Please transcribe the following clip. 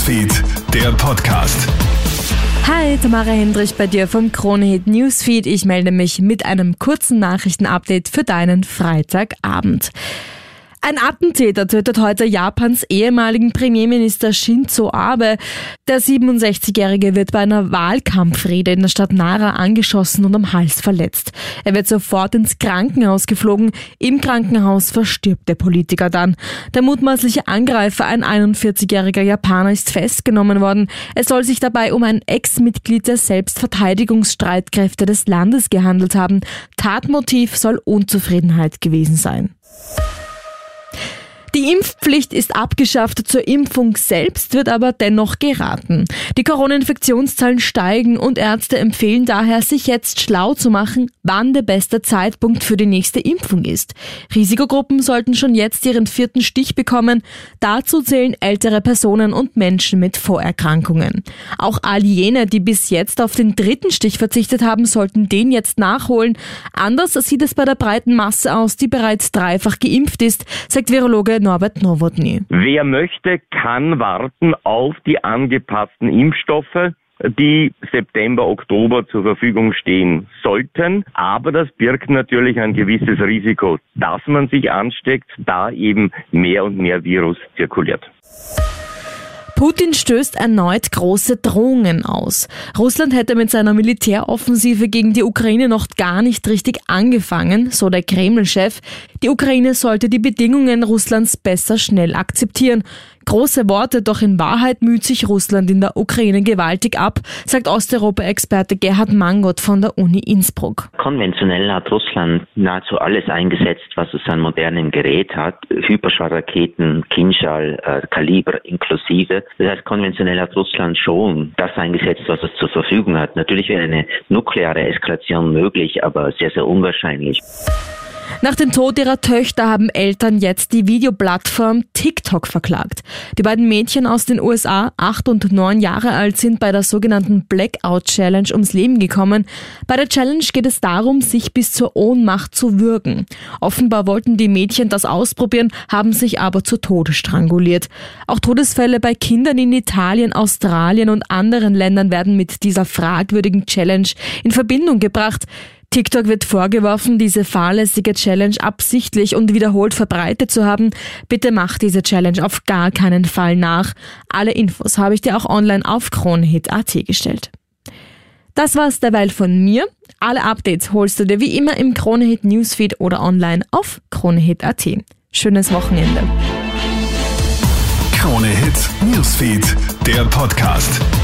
Newsfeed, der Podcast. Hi, Tamara Hendrich bei dir vom Krone-Hit Newsfeed. Ich melde mich mit einem kurzen Nachrichtenupdate für deinen Freitagabend. Ein Attentäter tötet heute Japans ehemaligen Premierminister Shinzo Abe. Der 67-Jährige wird bei einer Wahlkampfrede in der Stadt Nara angeschossen und am Hals verletzt. Er wird sofort ins Krankenhaus geflogen. Im Krankenhaus verstirbt der Politiker dann. Der mutmaßliche Angreifer, ein 41-jähriger Japaner, ist festgenommen worden. Es soll sich dabei um ein Ex-Mitglied der Selbstverteidigungsstreitkräfte des Landes gehandelt haben. Tatmotiv soll Unzufriedenheit gewesen sein. Die Impfpflicht ist abgeschafft, zur Impfung selbst wird aber dennoch geraten. Die Corona-Infektionszahlen steigen und Ärzte empfehlen daher, sich jetzt schlau zu machen, wann der beste Zeitpunkt für die nächste Impfung ist. Risikogruppen sollten schon jetzt ihren 4. Stich bekommen. Dazu zählen ältere Personen und Menschen mit Vorerkrankungen. Auch all jene, die bis jetzt auf den 3. Stich verzichtet haben, sollten den jetzt nachholen. Anders sieht es bei der breiten Masse aus, die bereits dreifach geimpft ist, sagt Virologe Norbert Nowotny. Wer möchte, kann warten auf die angepassten Impfstoffe, die September, Oktober zur Verfügung stehen sollten. Aber das birgt natürlich ein gewisses Risiko, dass man sich ansteckt, da eben mehr und mehr Virus zirkuliert. Putin stößt erneut große Drohungen aus. Russland hätte mit seiner Militäroffensive gegen die Ukraine noch gar nicht richtig angefangen, so der Kreml-Chef. Die Ukraine sollte die Bedingungen Russlands besser schnell akzeptieren. Große Worte, doch in Wahrheit müht sich Russland in der Ukraine gewaltig ab, sagt Osteuropa-Experte Gerhard Mangot von der Uni Innsbruck. Konventionell hat Russland nahezu alles eingesetzt, was es an modernen Gerät hat. Hyperschallraketen, Kinschall, Kaliber inklusive. Das heißt, konventionell hat Russland schon das eingesetzt, was es zur Verfügung hat. Natürlich wäre eine nukleare Eskalation möglich, aber sehr, sehr unwahrscheinlich. Nach dem Tod ihrer Töchter haben Eltern jetzt die Videoplattform TikTok verklagt. Die beiden Mädchen aus den USA, 8 und 9 Jahre alt, sind bei der sogenannten Blackout Challenge ums Leben gekommen. Bei der Challenge geht es darum, sich bis zur Ohnmacht zu würgen. Offenbar wollten die Mädchen das ausprobieren, haben sich aber zu Tode stranguliert. Auch Todesfälle bei Kindern in Italien, Australien und anderen Ländern werden mit dieser fragwürdigen Challenge in Verbindung gebracht. TikTok wird vorgeworfen, diese fahrlässige Challenge absichtlich und wiederholt verbreitet zu haben. Bitte mach diese Challenge auf gar keinen Fall nach. Alle Infos habe ich dir auch online auf Kronehit.at gestellt. Das war's derweil von mir. Alle Updates holst du dir wie immer im Kronehit Newsfeed oder online auf Kronehit.at. Schönes Wochenende. Kronehit Newsfeed, der Podcast.